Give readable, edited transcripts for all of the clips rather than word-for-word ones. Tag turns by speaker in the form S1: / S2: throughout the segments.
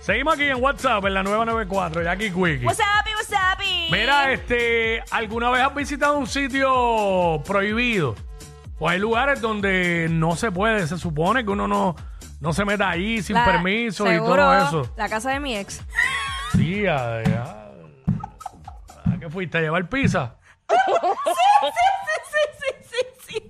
S1: Seguimos aquí en WhatsApp, en la nueva 94, Jackie Quickie.
S2: What's up, what's up?
S1: Mira, ¿alguna vez has visitado un sitio prohibido? Pues hay lugares donde no se puede, se supone que uno no se meta ahí sin permiso
S2: seguro,
S1: y todo eso.
S2: La casa de mi ex.
S1: Sí, ¿a qué fuiste? ¿A llevar pizza?
S2: Sí.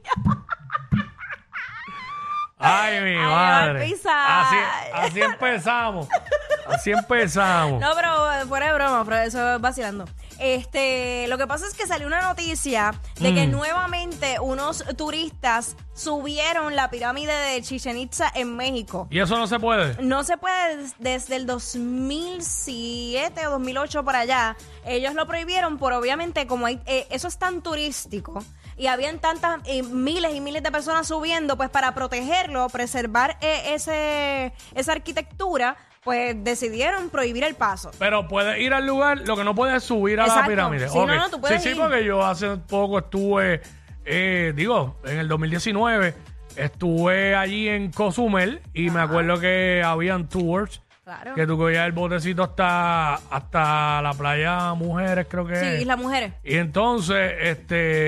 S1: Ay, mi
S2: llevar
S1: madre.
S2: pizza.
S1: Así empezamos. Así empezamos.
S2: No, pero fuera de broma, pero eso es vacilando. Lo que pasa es que salió una noticia de que nuevamente unos turistas subieron la pirámide de Chichén Itzá en México.
S1: ¿Y eso no se puede?
S2: No se puede desde el 2007 o 2008 para allá. Ellos lo prohibieron por obviamente como eso es tan turístico y habían tantas miles y miles de personas subiendo, pues para protegerlo, preservar esa arquitectura, pues decidieron prohibir el paso.
S1: Pero puedes ir al lugar, lo que no puedes es subir a la pirámide.
S2: Sí,
S1: okay.
S2: no, tú puedes
S1: sí,
S2: ir.
S1: porque yo hace poco estuve, en el 2019, estuve allí en Cozumel y me acuerdo que habían tours.
S2: Claro.
S1: Que tú cogías el botecito hasta la playa Mujeres, creo que
S2: Sí,
S1: es.
S2: Isla Mujeres.
S1: Y entonces,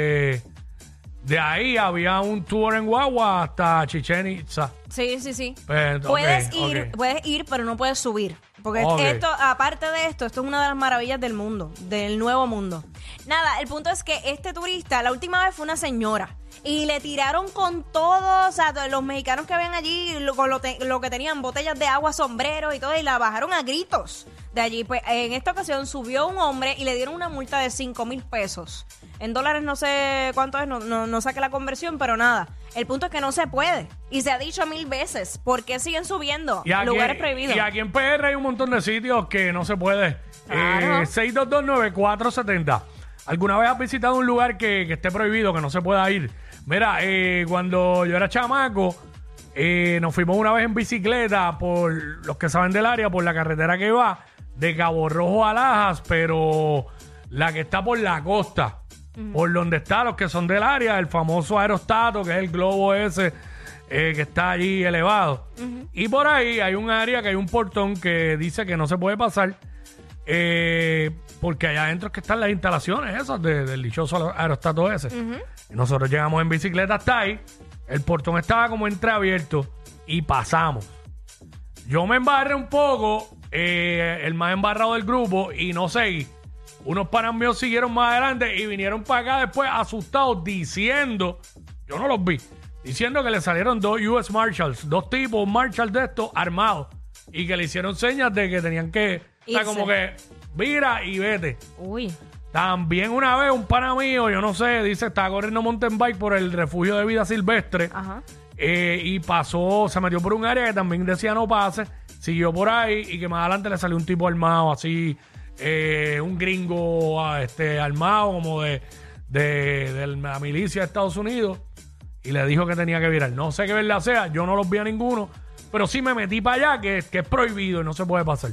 S1: de ahí había un tour en guagua hasta Chichén Itzá.
S2: Sí.
S1: Pues,
S2: Puedes
S1: ok.
S2: ir, pero no puedes subir. Porque
S1: Ok.
S2: esto, aparte de esto es una de las maravillas del mundo, del nuevo mundo. Nada, el punto es que este turista, la última vez fue una señora. Y le tiraron con todo, o sea, los mexicanos que habían allí, con lo que tenían, botellas de agua, sombreros y todo, y la bajaron a gritos de allí. Pues en esta ocasión subió un hombre y le dieron una multa de 5,000 pesos. En dólares no sé cuánto es, no saqué la conversión, pero nada. El punto es que no se puede. Y se ha dicho 1000 veces. ¿Por qué siguen subiendo? Lugares prohibidos.
S1: Y aquí en PR hay un montón de sitios que no se puede.
S2: Claro.
S1: 6229470. ¿Alguna vez has visitado un lugar que esté prohibido, que no se pueda ir? Mira, cuando yo era chamaco, nos fuimos una vez en bicicleta, por los que saben del área, por la carretera que va de Cabo Rojo a Lajas, pero la que está por la costa. Por donde está los que son del área, el famoso aerostato, que es el globo ese que está allí elevado. Y por ahí hay un área que hay un portón que dice que no se puede pasar, porque allá adentro es que están las instalaciones esas del dichoso aerostato ese. Y nosotros llegamos en bicicleta hasta ahí, el portón estaba como entreabierto y pasamos. Yo me embarré un poco, el más embarrado del grupo, y no seguí. Unos panas míos siguieron más adelante y vinieron para acá después asustados diciendo, yo no los vi, diciendo que le salieron 2 US Marshals, 2 tipos Marshals de estos armados y que le hicieron señas de que tenían que, o sea, como que vira y vete.
S2: Uy.
S1: También una vez un pana mío, yo no sé, dice, estaba corriendo mountain bike por el refugio de vida silvestre.
S2: Ajá.
S1: Y pasó, se metió por un área que también decía no pase, siguió por ahí y que más adelante le salió un tipo armado así, un gringo armado como de la milicia de Estados Unidos, y le dijo que tenía que virar. No sé qué verdad sea, yo no los vi a ninguno, pero sí me metí para allá, que es prohibido y no se puede pasar.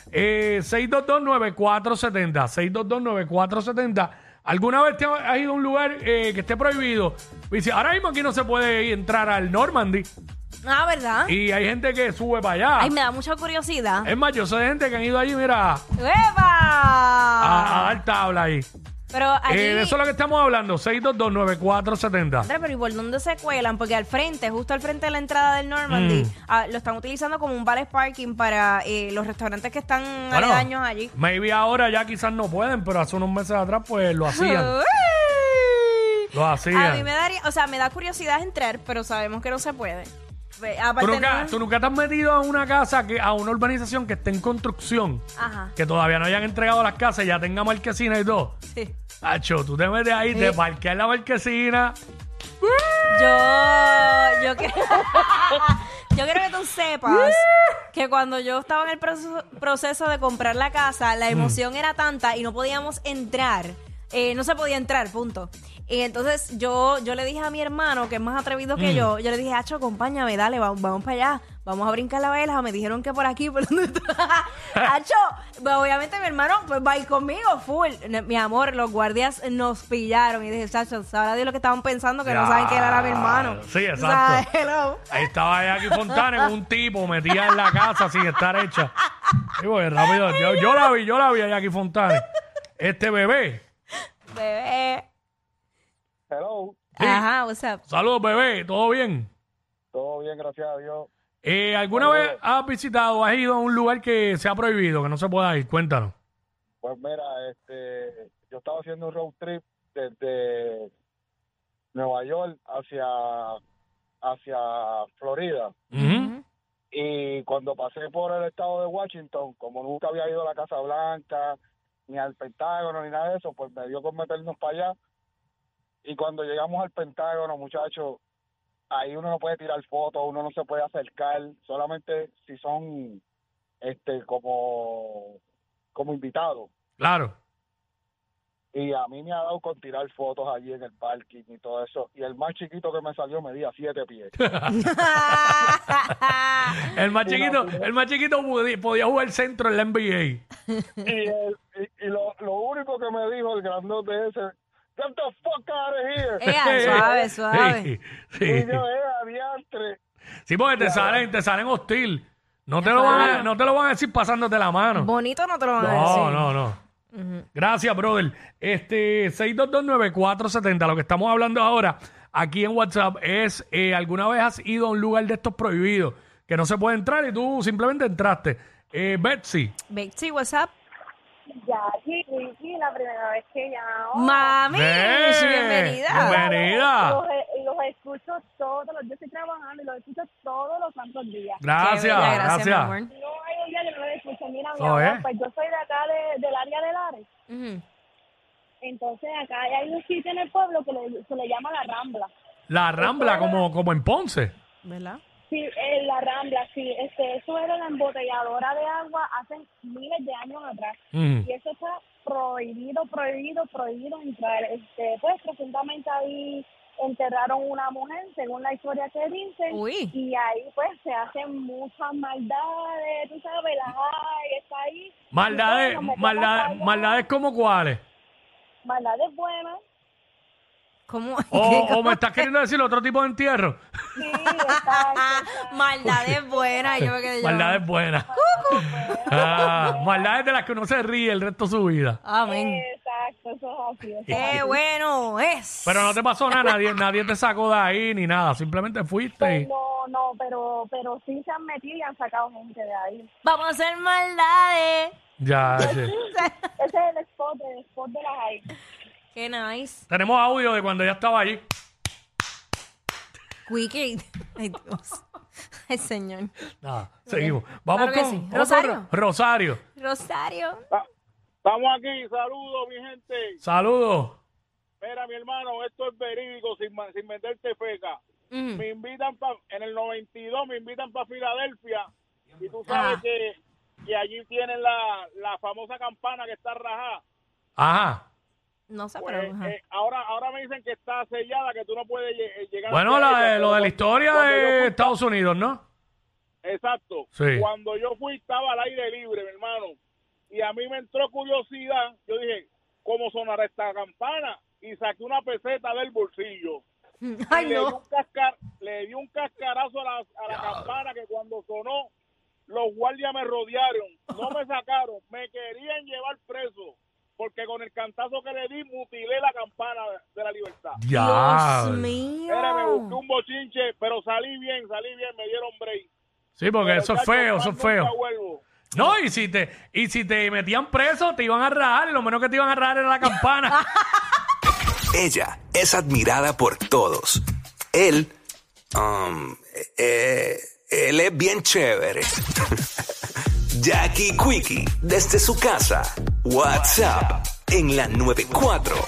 S1: 6229470, 6229470. ¿Alguna vez te has ido a un lugar que esté prohibido? Dice, ahora mismo aquí no se puede entrar al Normandy.
S2: Ah, ¿verdad?
S1: Y hay gente que sube para allá.
S2: Ay, me da mucha curiosidad.
S1: Es más, yo sé de gente que han ido allí, mira,
S2: ¡Eva!
S1: a dar tabla ahí.
S2: Pero allí...
S1: De eso es lo que estamos hablando, 6229470.
S2: André, pero ¿y por dónde se cuelan? Porque al frente, justo al frente de la entrada del Normandy, lo están utilizando como un valet parking para los restaurantes que están aledaños allí.
S1: Maybe ahora ya quizás no pueden, pero hace unos meses atrás pues lo hacían.
S2: Uy.
S1: Lo hacían.
S2: A mí me da curiosidad entrar, pero sabemos que no se puede.
S1: ¿Tú nunca te has metido a una casa, a una urbanización que esté en construcción?
S2: Ajá.
S1: Que todavía no hayan entregado las casas y ya tenga marquesina y todo.
S2: Sí.
S1: Tacho, tú te metes ahí, te parqueas la marquesina.
S2: Yo quiero que tú sepas que cuando yo estaba en el proceso de comprar la casa, la emoción era tanta y no podíamos entrar. No se podía entrar, punto. Y entonces yo le dije a mi hermano, que es más atrevido que yo le dije, Acho, acompáñame, dale, vamos para allá. Vamos a brincar la vela. Me dijeron que por aquí, por donde está. Acho, obviamente mi hermano pues va a ir conmigo, full. Mi amor, los guardias nos pillaron. Y dije, Chacho, sabrá Dios lo que estaban pensando, que no saben que era mi hermano.
S1: Sí, exacto.
S2: O sea, hello.
S1: Ahí estaba Jackie Fontana, un tipo metida en la casa sin estar hecha. Sí, porque rápido, yo la vi a Jackie Fontana. Bebé.
S2: Bebé.
S3: Hello.
S1: Sí.
S2: Ajá, what's up?
S1: Saludos, bebé. ¿Todo bien?
S3: Todo bien, gracias a Dios.
S1: ¿Alguna vez has visitado o has ido a un lugar que sea prohibido, que no se pueda ir? Cuéntanos.
S3: Pues mira, yo estaba haciendo un road trip desde Nueva York hacia Florida.
S1: Ujú.
S3: Y cuando pasé por el estado de Washington, como nunca había ido a la Casa Blanca, ni al Pentágono, ni nada de eso, pues me dio con meternos para allá. Y cuando llegamos al Pentágono, muchachos, ahí uno no puede tirar fotos, uno no se puede acercar, solamente si son como invitados.
S1: Claro.
S3: Y a mí me ha dado con tirar fotos allí en el parking y todo eso. Y el más chiquito que me salió medía 7 pies.
S1: El más chiquito podía jugar centro en la NBA.
S3: y lo único que me dijo el grandote ese, get the fuck out of here.
S2: Suave.
S1: Sí.
S3: Y yo, adiantre.
S1: Sí, porque te salen hostil. No te lo van a decir pasándote la mano.
S2: Bonito no te lo van a decir.
S1: No. Gracias, brother. 6229470. Lo que estamos hablando ahora aquí en WhatsApp es ¿alguna vez has ido a un lugar de estos prohibidos que no se puede entrar y tú simplemente entraste? Betsy.
S2: Betsy, what's up?
S4: Jackie, Ricky, la primera vez que llamo.
S2: Mami, bienvenida.
S1: Bienvenida.
S4: Los escucho todos los días. Yo estoy trabajando y los escucho todos los santos días.
S1: Gracias,
S2: Qué bella,
S1: gracias.
S2: mi amor.
S4: No hay un día que no los escuche. Mira, mi
S1: Oh,
S4: amor,
S1: ¿eh?
S4: pues yo soy de acá del área de Lares.
S2: Ujú.
S4: Entonces acá hay un sitio en el pueblo que se le llama La Rambla.
S1: La Rambla, como en Ponce.
S2: ¿Verdad?
S4: Sí, La Rambla, sí. Eso era la embotelladora de agua hace miles de años atrás.
S1: Ujú.
S4: Y eso está prohibido entrar. Pues presuntamente ahí enterraron una mujer, según la historia que dicen.
S2: Uy.
S4: Y ahí pues se hacen muchas maldades, tú sabes, las hay, está ahí.
S1: Maldades,
S4: Y todos nos metemos para allá.
S1: maldades como cuáles.
S4: Maldades buenas.
S2: ¿Cómo?
S1: O me estás queriendo decir otro tipo de entierro.
S4: Sí, exacto.
S2: Maldades buenas. Yo me quedé
S1: Maldades buenas. Maldades de las que uno se ríe el resto de su vida.
S2: Amén.
S4: Exacto, eso es así.
S2: Qué bueno es.
S1: Pero no te pasó nada, nadie te sacó de ahí ni nada. Simplemente fuiste y...
S4: No, pero sí se han metido y han sacado gente de ahí.
S2: Vamos a hacer maldades.
S1: Ya, sí.
S4: Ese es el spot de las hay.
S2: Qué nice.
S1: Tenemos audio de cuando ella estaba allí.
S2: Quickie. Ay, Dios. Ay, señor.
S1: Nada, seguimos. Vamos
S2: Claro que
S1: con
S2: sí.
S1: Rosario.
S2: Rosario.
S3: Estamos aquí, saludos mi gente.
S1: Saludos.
S3: Mira mi hermano, esto es verídico, sin meterte feca.
S2: Ujú.
S3: Me invitan en el 92, me invitan para Filadelfia y tú sabes
S2: Ajá.
S3: que allí tienen la famosa campana que está rajada.
S1: Ajá.
S2: No sé,
S3: Pues,
S2: pero... ajá.
S3: ahora me dicen que está sellada, que tú no puedes llegar.
S1: Bueno,
S3: hacia ella,
S1: lo de la
S3: pero
S1: historia
S3: cuando yo
S1: de
S3: fui,
S1: Estados Unidos, ¿no?
S3: exacto.
S1: Sí.
S3: Cuando yo fui estaba al aire libre, mi hermano. Y a mí me entró curiosidad. Yo dije, ¿cómo sonará esta campana? Y saqué una peseta del bolsillo.
S2: Ay,
S3: Y le
S2: no.
S3: di un cascarazo a la campana que cuando sonó, los guardias me rodearon. No me sacaron. Me querían llevar preso. Porque con el cantazo que le di, mutilé la campana de la libertad.
S1: Ya.
S2: Dios mío.
S3: Mira, me busqué un bochinche, pero salí bien, me dieron break.
S1: Sí, porque
S3: Pero,
S1: eso es
S3: chacho,
S1: feo,
S3: más
S1: eso es feo.
S3: nunca vuelvo.
S1: No, y si te metían preso, te iban a rajar y lo menos que te iban a rajar era la campana.
S5: Ella es admirada por todos. Él es bien chévere. Jackie Quickie, desde su casa. WhatsApp en la 94.